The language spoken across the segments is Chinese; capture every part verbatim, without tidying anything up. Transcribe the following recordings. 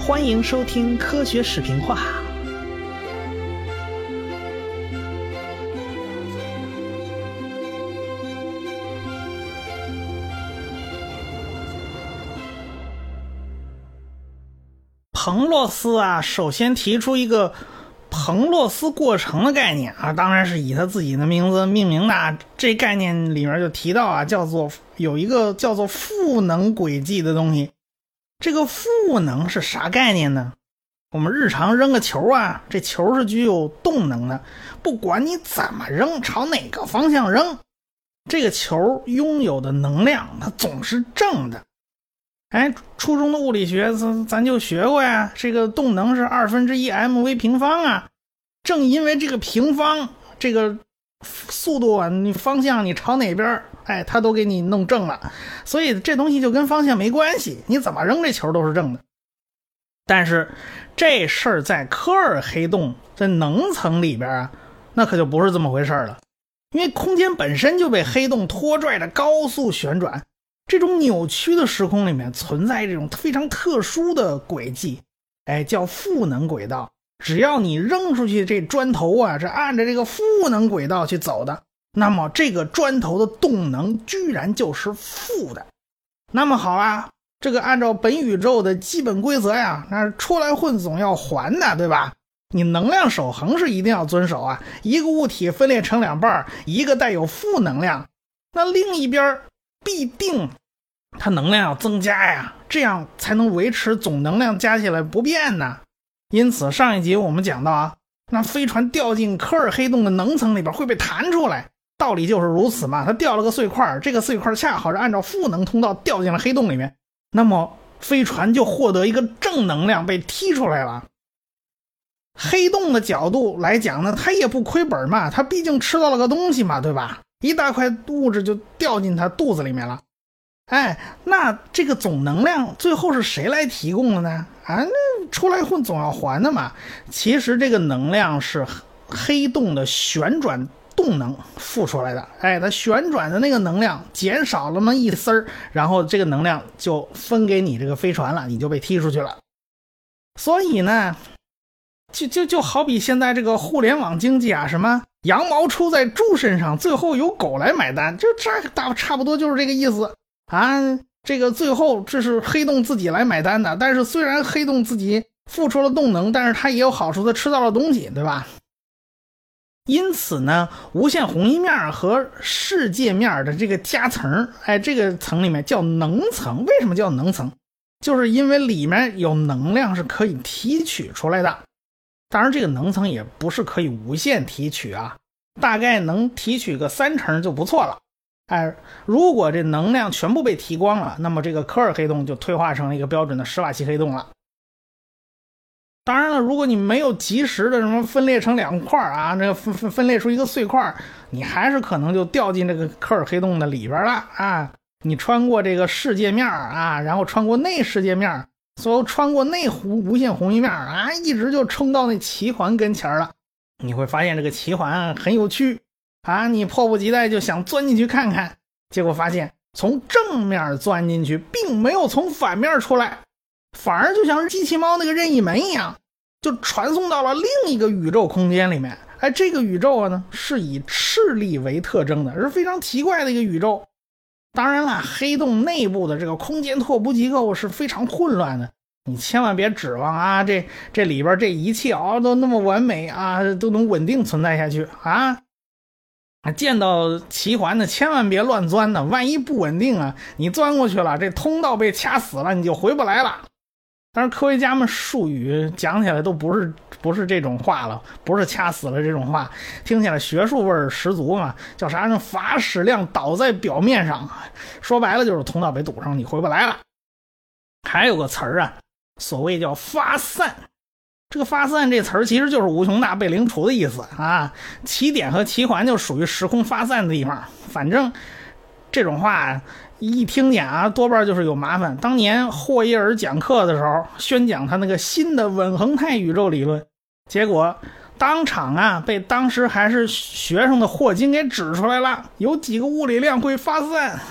欢迎收听科学视频化。彭洛斯啊，首先提出一个彭洛斯过程的概念啊，当然是以他自己的名字命名的啊。这概念里面就提到啊，叫做有一个叫做赋能轨迹的东西。这个赋能是啥概念呢？我们日常扔个球啊，这球是具有动能的，不管你怎么扔，朝哪个方向扔，这个球拥有的能量它总是正的。哎，初中的物理学咱咱就学过呀，这个动能是二分之一 mv 平方啊。正因为这个平方，这个速度啊，你方向你朝哪边，哎，它都给你弄正了。所以这东西就跟方向没关系，你怎么扔这球都是正的。但是这事儿在科尔黑洞在能层里边啊，那可就不是这么回事了。因为空间本身就被黑洞拖拽着高速旋转，这种扭曲的时空里面存在这种非常特殊的轨迹，哎，叫赋能轨道。只要你扔出去这砖头啊，是按照这个赋能轨道去走的，那么这个砖头的动能居然就是负的。那么好啊，这个按照本宇宙的基本规则呀，那出来混总要还的，对吧？你能量守恒是一定要遵守啊。一个物体分裂成两半，一个带有负能量，那另一边必定它能量要增加呀，这样才能维持总能量加起来不变呢。因此上一集我们讲到啊，那飞船掉进科尔黑洞的能层里边会被弹出来，道理就是如此嘛。它掉了个碎块，这个碎块恰好是按照负能通道掉进了黑洞里面，那么飞船就获得一个正能量被踢出来了。黑洞的角度来讲呢，它也不亏本嘛，它毕竟吃到了个东西嘛，对吧？一大块物质就掉进它肚子里面了。哎，那这个总能量最后是谁来提供的呢？啊，那出来混总要还的嘛。其实这个能量是黑洞的旋转动能付出来的。哎，它旋转的那个能量减少了那么一丝儿，然后这个能量就分给你这个飞船了，你就被踢出去了。所以呢，就就就好比现在这个互联网经济啊，什么羊毛出在猪身上，最后由狗来买单，就这大差不多就是这个意思。啊，这个最后这是黑洞自己来买单的，但是虽然黑洞自己付出了动能，但是它也有好处，它吃到了东西，对吧？因此呢，无限红移面和世界面的这个夹层，哎，这个层里面叫能层。为什么叫能层？就是因为里面有能量是可以提取出来的。当然这个能层也不是可以无限提取啊，大概能提取个三成就不错了。哎，如果这能量全部被提光了，那么这个科尔黑洞就退化成了一个标准的史瓦契黑洞了。当然了，如果你没有及时的什么分裂成两块啊，这个分分分裂出一个碎块，你还是可能就掉进这个科尔黑洞的里边了啊。你穿过这个世界面啊，然后穿过内世界面，所有穿过内无无限红移面啊，一直就冲到那奇环跟前了。你会发现这个奇环很有趣啊，你迫不及待就想钻进去看看，结果发现从正面钻进去并没有从反面出来，反而就像是机器猫那个任意门一样，就传送到了另一个宇宙空间里面。哎，这个宇宙呢是以斥力为特征的，是非常奇怪的一个宇宙。当然了，黑洞内部的这个空间拓扑机构是非常混乱的，你千万别指望啊，这这里边这一切哦都那么完美啊，都能稳定存在下去啊。见到奇环的千万别乱钻呢，万一不稳定啊，你钻过去了，这通道被掐死了，你就回不来了。但是科学家们术语讲起来都不是不是这种话了，不是掐死了这种话，听起来学术味儿十足嘛，叫啥呢？法矢量倒在表面上，说白了就是通道被堵上，你回不来了。还有个词儿啊，所谓叫发散。这个发散这词儿其实就是无穷大被零除的意思啊，起点和奇环就属于时空发散的地方。反正这种话一听见啊，多半就是有麻烦。当年霍耶尔讲课的时候，宣讲他那个新的稳恒态宇宙理论，结果当场啊被当时还是学生的霍金给指出来了，有几个物理量会发散。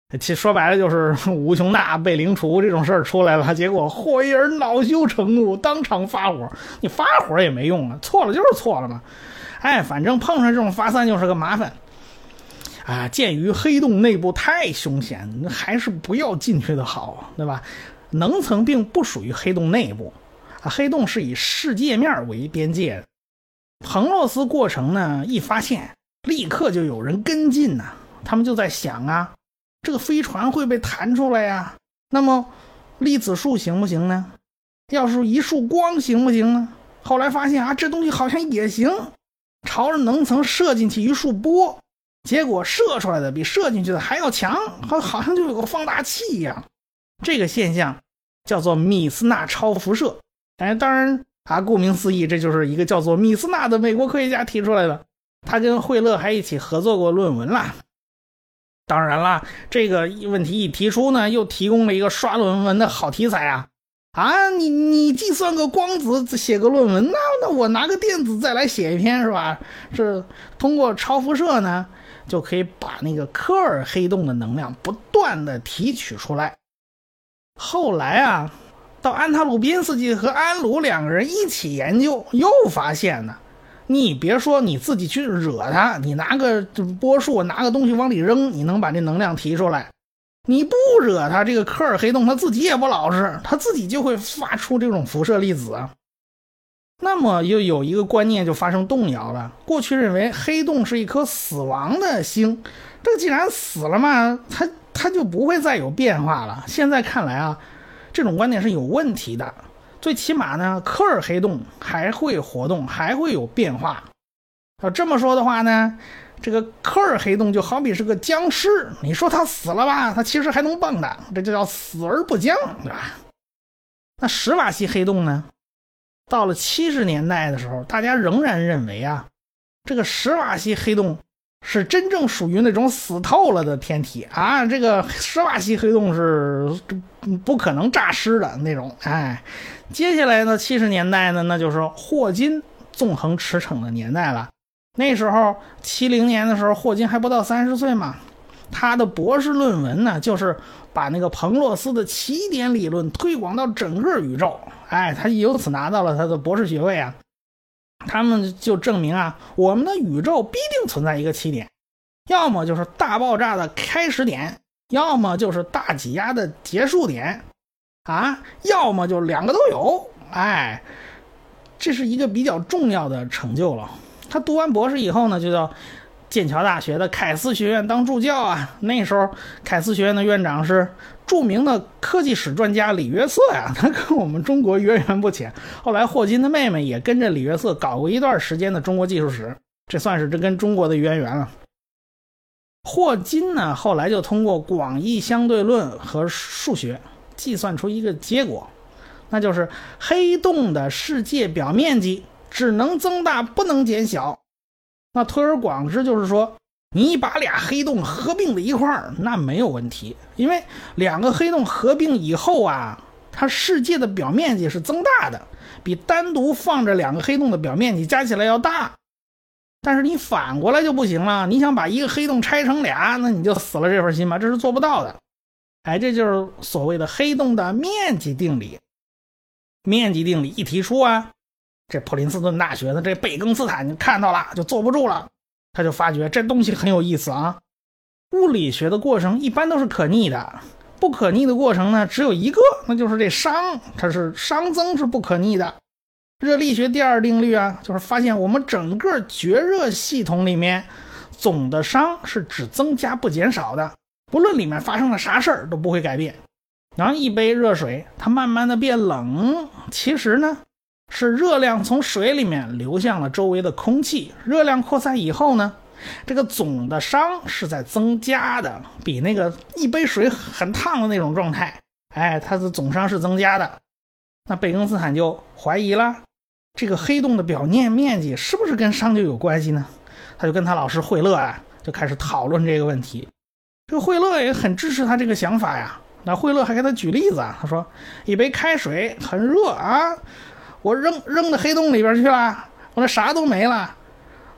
其实说白了就是吴琼大被凌除这种事儿出来了，结果霍伊尔恼羞成怒，当场发火。你发火也没用啊，错了就是错了嘛。哎，反正碰上这种发散就是个麻烦啊。鉴于黑洞内部太凶险，还是不要进去的好，对吧？能层并不属于黑洞内部啊，黑洞是以世界面为边界的。彭洛斯过程呢，一发现立刻就有人跟进呢、啊，他们就在想啊，这个飞船会被弹出来呀，那么粒子束行不行呢？要是一束光行不行呢？后来发现啊，这东西好像也行，朝着能层射进去一束波，结果射出来的比射进去的还要强，好像就有个放大器一样。这个现象叫做米斯纳超辐射。哎，当然啊，顾名思义，这就是一个叫做米斯纳的美国科学家提出来的。他跟惠勒还一起合作过论文啦。当然啦，这个问题一提出呢，又提供了一个刷论文的好题材啊！啊，你你计算个光子写个论文，那那我拿个电子再来写一篇是吧？是通过超辐射呢，就可以把那个科尔黑洞的能量不断的提取出来。后来啊，到安塔鲁宾斯基和安鲁两个人一起研究，又发现呢，你别说你自己去惹它，你拿个波束拿个东西往里扔，你能把这能量提出来。你不惹它，这个科尔黑洞它自己也不老实，它自己就会发出这种辐射粒子啊。那么又有一个观念就发生动摇了，过去认为黑洞是一颗死亡的星，这个既然死了嘛，它它就不会再有变化了。现在看来啊，这种观点是有问题的。最起码呢，科尔黑洞还会活动，还会有变化。要这么说的话呢，这个科尔黑洞就好比是个僵尸，你说它死了吧，它其实还能蹦的，这就叫死而不僵，对吧？那史瓦西黑洞呢？到了七十年代的时候，大家仍然认为啊，这个史瓦西黑洞是真正属于那种死透了的天体啊，这个史瓦西黑洞是不可能诈尸的那种。哎，接下来呢，七十年代呢，那就是霍金纵横驰骋的年代了。那时候七零年的时候，霍金还不到三十岁嘛，他的博士论文呢，就是把那个彭洛斯的奇点理论推广到整个宇宙。哎，他由此拿到了他的博士学位啊。他们就证明啊，我们的宇宙必定存在一个起点，要么就是大爆炸的开始点，要么就是大挤压的结束点啊，要么就两个都有。哎，这是一个比较重要的成就了。他读完博士以后呢，就到剑桥大学的凯斯学院当助教啊。那时候凯斯学院的院长是著名的科技史专家李约瑟呀，他跟我们中国渊源不浅。后来霍金的妹妹也跟着李约瑟搞过一段时间的中国技术史，这算是这跟中国的渊源了。霍金呢，后来就通过广义相对论和数学计算出一个结果，那就是黑洞的世界表面积只能增大不能减小。那推而广之就是说，你把俩黑洞合并在一块儿，那没有问题，因为两个黑洞合并以后啊，它世界的表面积是增大的，比单独放着两个黑洞的表面积加起来要大。但是你反过来就不行了，你想把一个黑洞拆成俩，那你就死了这份心吧，这是做不到的。哎，这就是所谓的黑洞的面积定理。面积定理一提出啊，这普林斯顿大学的这贝更斯坦就看到了，就坐不住了。他就发觉这东西很有意思啊，物理学的过程一般都是可逆的，不可逆的过程呢只有一个，那就是这熵，它是熵增是不可逆的。热力学第二定律啊，就是发现我们整个绝热系统里面总的熵是只增加不减少的，不论里面发生了啥事儿都不会改变。然后一杯热水它慢慢的变冷，其实呢是热量从水里面流向了周围的空气，热量扩散以后呢，这个总的熵是在增加的，比那个一杯水很烫的那种状态，哎，它的总熵是增加的。那贝更斯坦就怀疑了，这个黑洞的表面面积是不是跟熵就有关系呢？他就跟他老师惠勒啊，就开始讨论这个问题。这个惠勒也很支持他这个想法呀。那惠勒还给他举例子啊，他说一杯开水很热啊，我扔扔到黑洞里边去了，我那啥都没了，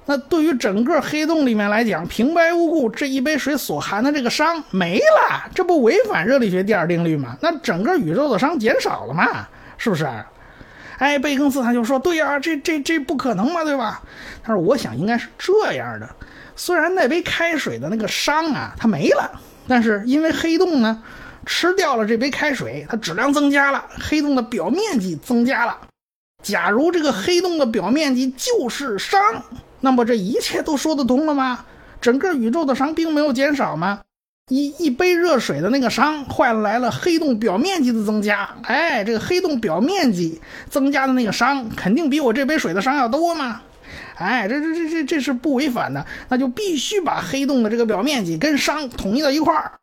那对于整个黑洞里面来讲，平白无故这一杯水所含的这个熵没了，这不违反热力学第二定律吗？那整个宇宙的熵减少了嘛，是不是？哎，贝更斯坦就说，对呀、啊，这这这不可能嘛，对吧？他说，我想应该是这样的，虽然那杯开水的那个熵啊它没了，但是因为黑洞呢吃掉了这杯开水，它质量增加了，黑洞的表面积增加了。假如这个黑洞的表面积就是熵，那么这一切都说得通了吗？整个宇宙的熵并没有减少吗？一一杯热水的那个熵换来了黑洞表面积的增加，哎，这个黑洞表面积增加的那个熵肯定比我这杯水的熵要多吗？哎，这这这这这是不违反的，那就必须把黑洞的这个表面积跟熵统一到一块儿。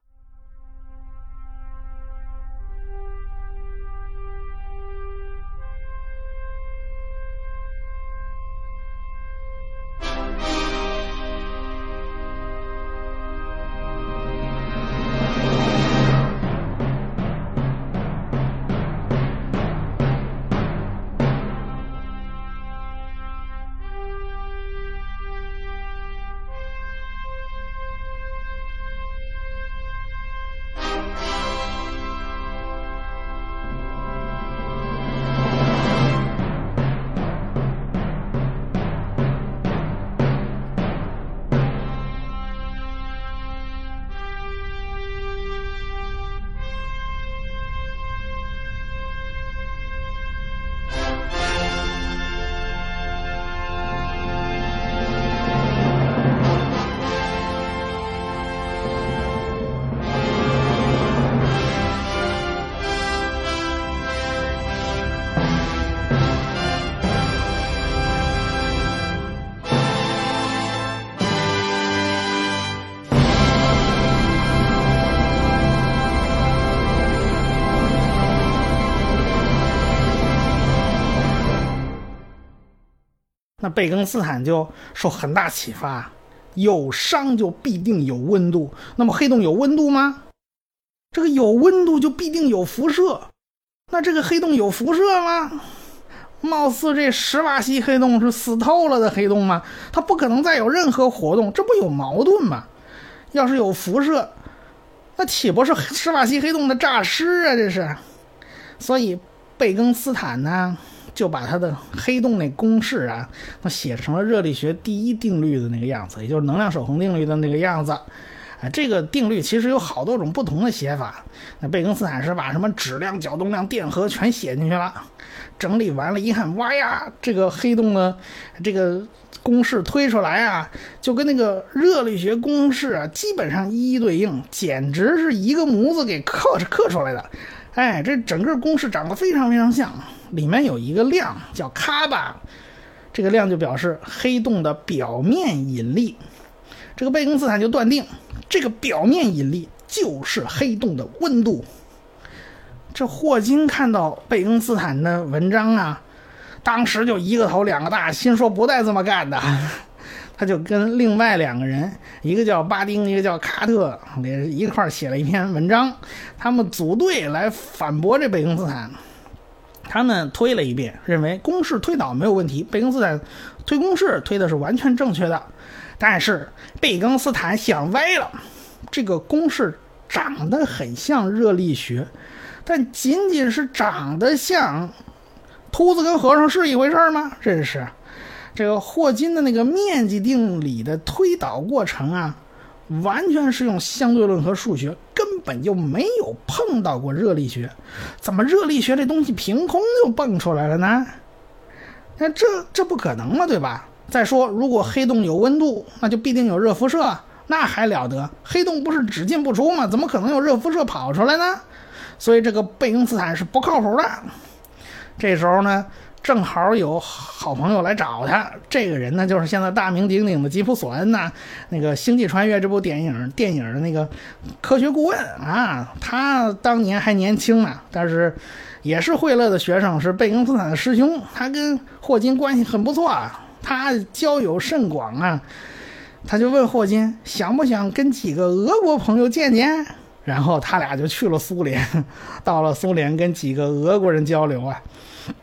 那贝更斯坦就受很大启发，有熵就必定有温度，那么黑洞有温度吗？这个有温度就必定有辐射，那这个黑洞有辐射吗？貌似这史瓦西黑洞是死透了的黑洞吗？它不可能再有任何活动，这不有矛盾吗？要是有辐射，那岂不是史瓦西黑洞的诈尸啊？这是。所以贝更斯坦呢就把他的黑洞那公式啊，他写成了热力学第一定律的那个样子，也就是能量守恒定律的那个样子。啊，这个定律其实有好多种不同的写法。那贝更斯坦是把什么质量、角动量、电荷全写进去了，整理完了一看，哇呀，这个黑洞的这个公式推出来啊，就跟那个热力学公式啊基本上一一对应，简直是一个模子给刻刻出来的。哎，这整个公式长得非常非常像。里面有一个量叫卡巴，这个量就表示黑洞的表面引力。这个贝更斯坦就断定，这个表面引力就是黑洞的温度。这霍金看到贝更斯坦的文章啊，当时就一个头两个大，心说不带这么干的。他就跟另外两个人，一个叫巴丁，一个叫卡特，一块写了一篇文章，他们组队来反驳这贝更斯坦。他们推了一遍，认为公式推导没有问题，贝更斯坦推公式推的是完全正确的。但是贝更斯坦想歪了，这个公式长得很像热力学，但仅仅是长得像，秃子跟和尚是一回事吗？真是。这个霍金的那个面积定理的推导过程啊，完全是用相对论和数学，根本就没有碰到过热力学。怎么热力学这东西凭空就蹦出来了呢？那这这不可能嘛，对吧？再说，如果黑洞有温度，那就必定有热辐射，那还了得？黑洞不是只进不出吗？怎么可能有热辐射跑出来呢？所以这个贝更斯坦是不靠谱的。这时候呢，正好有好朋友来找他，这个人呢就是现在大名鼎鼎的吉普索恩呐、啊，那个《星际穿越》这部电影电影的那个科学顾问啊，他当年还年轻呢，但是也是惠勒的学生，是贝更斯坦的师兄，他跟霍金关系很不错啊，他交友甚广啊。他就问霍金想不想跟几个俄国朋友见见，然后他俩就去了苏联，到了苏联跟几个俄国人交流啊。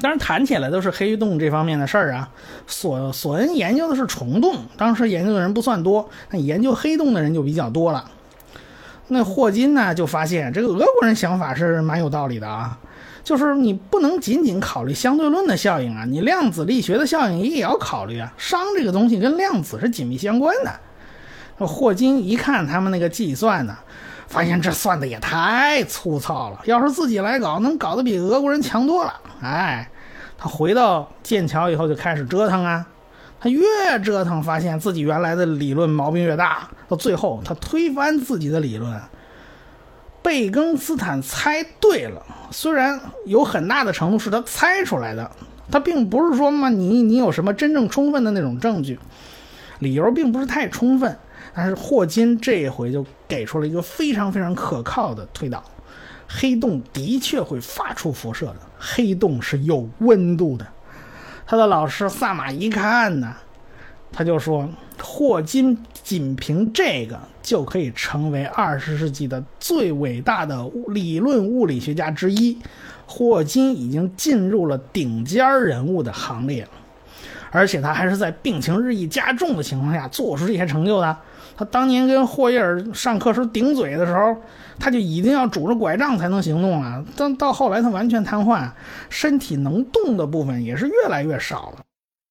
当然谈起来都是黑洞这方面的事儿啊。索索恩研究的是虫洞，当时研究的人不算多，那研究黑洞的人就比较多了。那霍金呢就发现这个俄国人想法是蛮有道理的啊，就是你不能仅仅考虑相对论的效应啊，你量子力学的效应也要考虑啊。熵这个东西跟量子是紧密相关的。霍金一看他们那个计算呢，发现这算的也太粗糙了，要是自己来搞，能搞得比俄国人强多了。哎，他回到剑桥以后就开始折腾啊，他越折腾发现自己原来的理论毛病越大，到最后他推翻自己的理论。贝根斯坦猜对了，虽然有很大的程度是他猜出来的，他并不是说嘛你你有什么真正充分的那种证据，理由并不是太充分，但是霍金这一回就给出了一个非常非常可靠的推导，黑洞的确会发出辐射的，黑洞是有温度的。他的老师萨马一看呢，他就说霍金仅凭这个就可以成为二十世纪的最伟大的理论物理学家之一，霍金已经进入了顶尖人物的行列了，而且他还是在病情日益加重的情况下做出这些成就的。他当年跟霍伊尔上课时顶嘴的时候，他就一定要拄着拐杖才能行动了，但到后来他完全瘫痪，身体能动的部分也是越来越少了。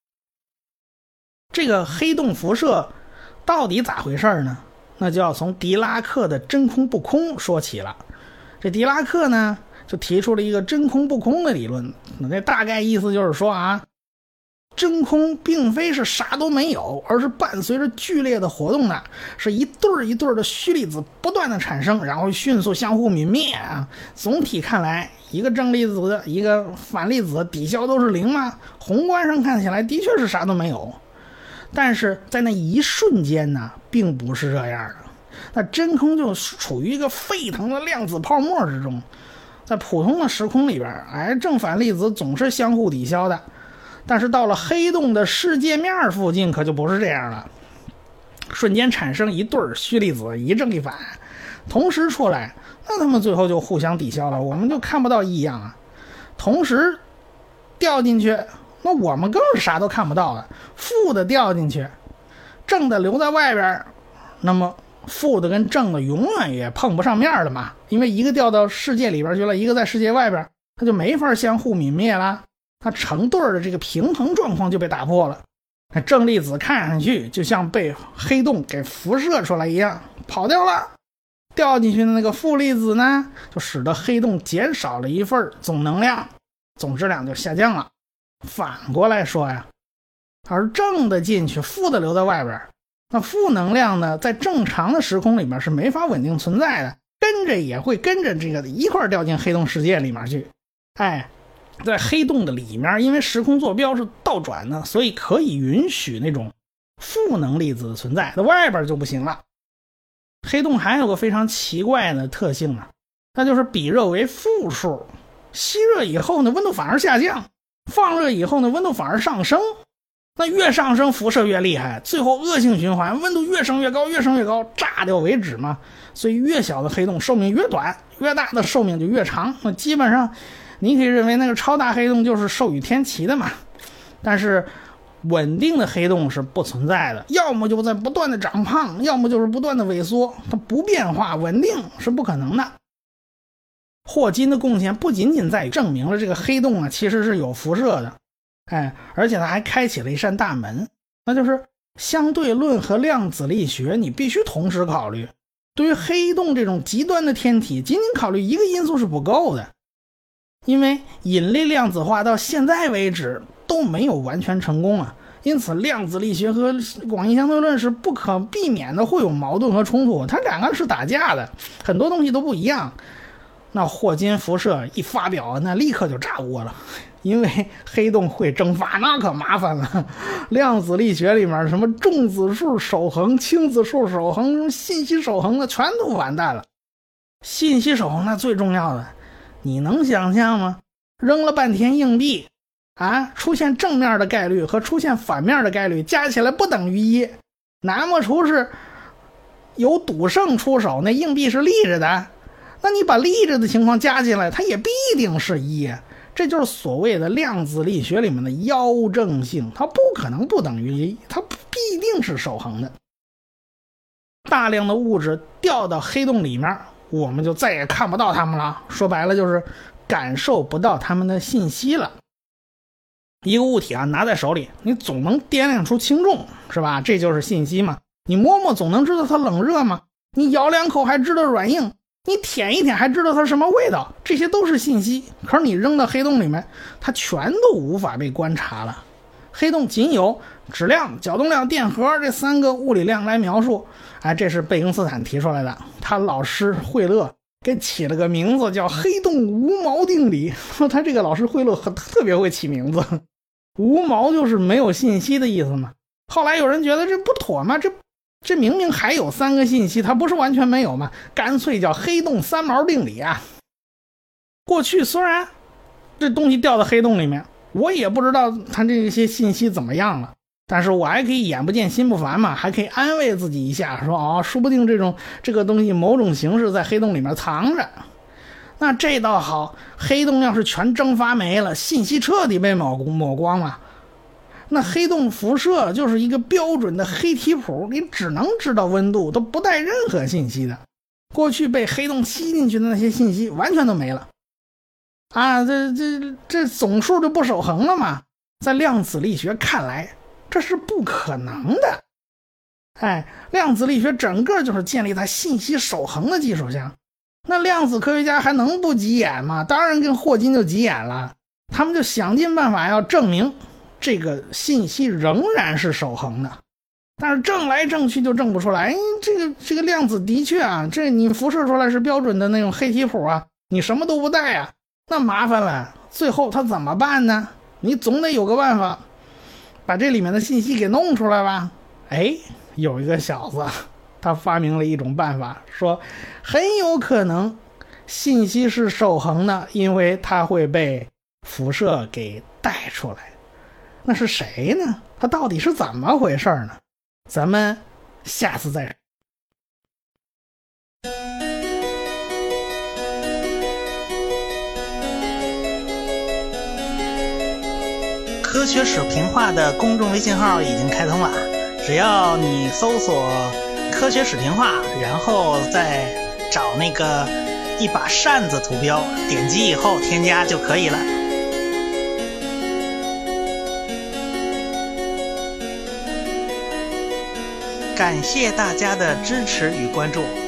这个黑洞辐射到底咋回事呢？那就要从狄拉克的真空不空说起了。这狄拉克呢就提出了一个真空不空的理论，那这大概意思就是说啊，真空并非是啥都没有，而是伴随着剧烈的活动的，是一对一对的虚粒子不断的产生，然后迅速相互泯灭啊。总体看来，一个正粒子一个反粒子抵消都是零嘛，宏观上看起来的确是啥都没有。但是在那一瞬间呢，并不是这样的。那真空就处于一个沸腾的量子泡沫之中，在普通的时空里边，哎，正反粒子总是相互抵消的。但是到了黑洞的世界面附近可就不是这样了，瞬间产生一对虚粒子，一正一反同时出来，那他们最后就互相抵消了，我们就看不到异样啊。同时掉进去，那我们更是啥都看不到了。负的掉进去，正的留在外边，那么负的跟正的永远也碰不上面了嘛，因为一个掉到世界里边去了，一个在世界外边，它就没法相互泯灭了，它成对的这个平衡状况就被打破了。那正粒子看上去就像被黑洞给辐射出来一样跑掉了，掉进去的那个负粒子呢，就使得黑洞减少了一份总能量，总质量就下降了。反过来说呀，而正的进去，负的留在外边，那负能量呢，在正常的时空里面是没法稳定存在的，跟着也会跟着这个一块掉进黑洞世界里面去。哎，在黑洞的里面，因为时空坐标是倒转的，所以可以允许那种负能粒子的存在，在外边就不行了。黑洞还有个非常奇怪的特性呢，那就是比热为负数，吸热以后呢，温度反而下降，放热以后呢，温度反而上升。那越上升辐射越厉害，最后恶性循环，温度越升越高，越升越高，炸掉为止嘛。所以越小的黑洞寿命越短，越大的寿命就越长。那基本上你可以认为那个超大黑洞就是寿与天齐的嘛。但是稳定的黑洞是不存在的，要么就在不断的长胖，要么就是不断的萎缩，它不变化，稳定是不可能的。霍金的贡献不仅仅在于证明了这个黑洞啊其实是有辐射的，哎，而且他还开启了一扇大门，那就是相对论和量子力学你必须同时考虑。对于黑洞这种极端的天体，仅仅考虑一个因素是不够的，因为引力量子化到现在为止都没有完全成功啊，因此量子力学和广义相对论是不可避免的会有矛盾和冲突，它两个是打架的，很多东西都不一样。那霍金辐射一发表，那立刻就炸窝了，因为黑洞会蒸发，那可麻烦了。量子力学里面什么重子数守恒、轻子数守恒、信息守恒的全都完蛋了。信息守恒那最重要的，你能想象吗？扔了半天硬币啊，出现正面的概率和出现反面的概率加起来不等于一，那么除是有赌圣出手，那硬币是立着的，那你把立着的情况加进来，它也必定是一， 这就是所谓的量子力学里面的妖正性，它不可能不等于一，它必定是守恒的。大量的物质掉到黑洞里面，我们就再也看不到它们了，说白了就是感受不到它们的信息了。一个物体啊，拿在手里，你总能掂量出轻重，是吧？这就是信息嘛。你摸摸总能知道它冷热吗？你咬两口还知道软硬，你舔一舔还知道它什么味道，这些都是信息。可是你扔到黑洞里面，它全都无法被观察了。黑洞仅有质量、角动量、电荷这三个物理量来描述。哎，这是贝因斯坦提出来的，他老师惠勒给起了个名字叫黑洞无毛定理。他这个老师惠勒很特别会起名字，无毛就是没有信息的意思嘛。后来有人觉得这不妥嘛，这这明明还有三个信息，它不是完全没有嘛，干脆叫黑洞三毛定理啊。过去虽然这东西掉到黑洞里面，我也不知道它这些信息怎么样了，但是我还可以眼不见心不烦嘛，还可以安慰自己一下，说哦，说不定这种这个东西某种形式在黑洞里面藏着。那这倒好，黑洞要是全蒸发没了，信息彻底被抹抹光了，那黑洞辐射就是一个标准的黑体谱，你只能知道温度，都不带任何信息的。过去被黑洞吸进去的那些信息完全都没了啊，这这这总数就不守恒了嘛。在量子力学看来，这是不可能的。哎，量子力学整个就是建立在信息守恒的基础上。那量子科学家还能不急眼吗？当然跟霍金就急眼了，他们就想尽办法要证明这个信息仍然是守恒的，但是证来证去就证不出来。这个这个量子的确啊，这你辐射出来是标准的那种黑体谱啊，你什么都不带啊，那麻烦了。最后他怎么办呢？你总得有个办法把这里面的信息给弄出来吧。哎，有一个小子他发明了一种办法，说很有可能信息是守恒的，因为它会被辐射给带出来。那是谁呢？他到底是怎么回事呢？咱们下次再说。 科学史评话的公众微信号已经开通了，只要你搜索科学史评话，然后再找那个一把扇子图标，点击以后添加就可以了。感谢大家的支持与关注。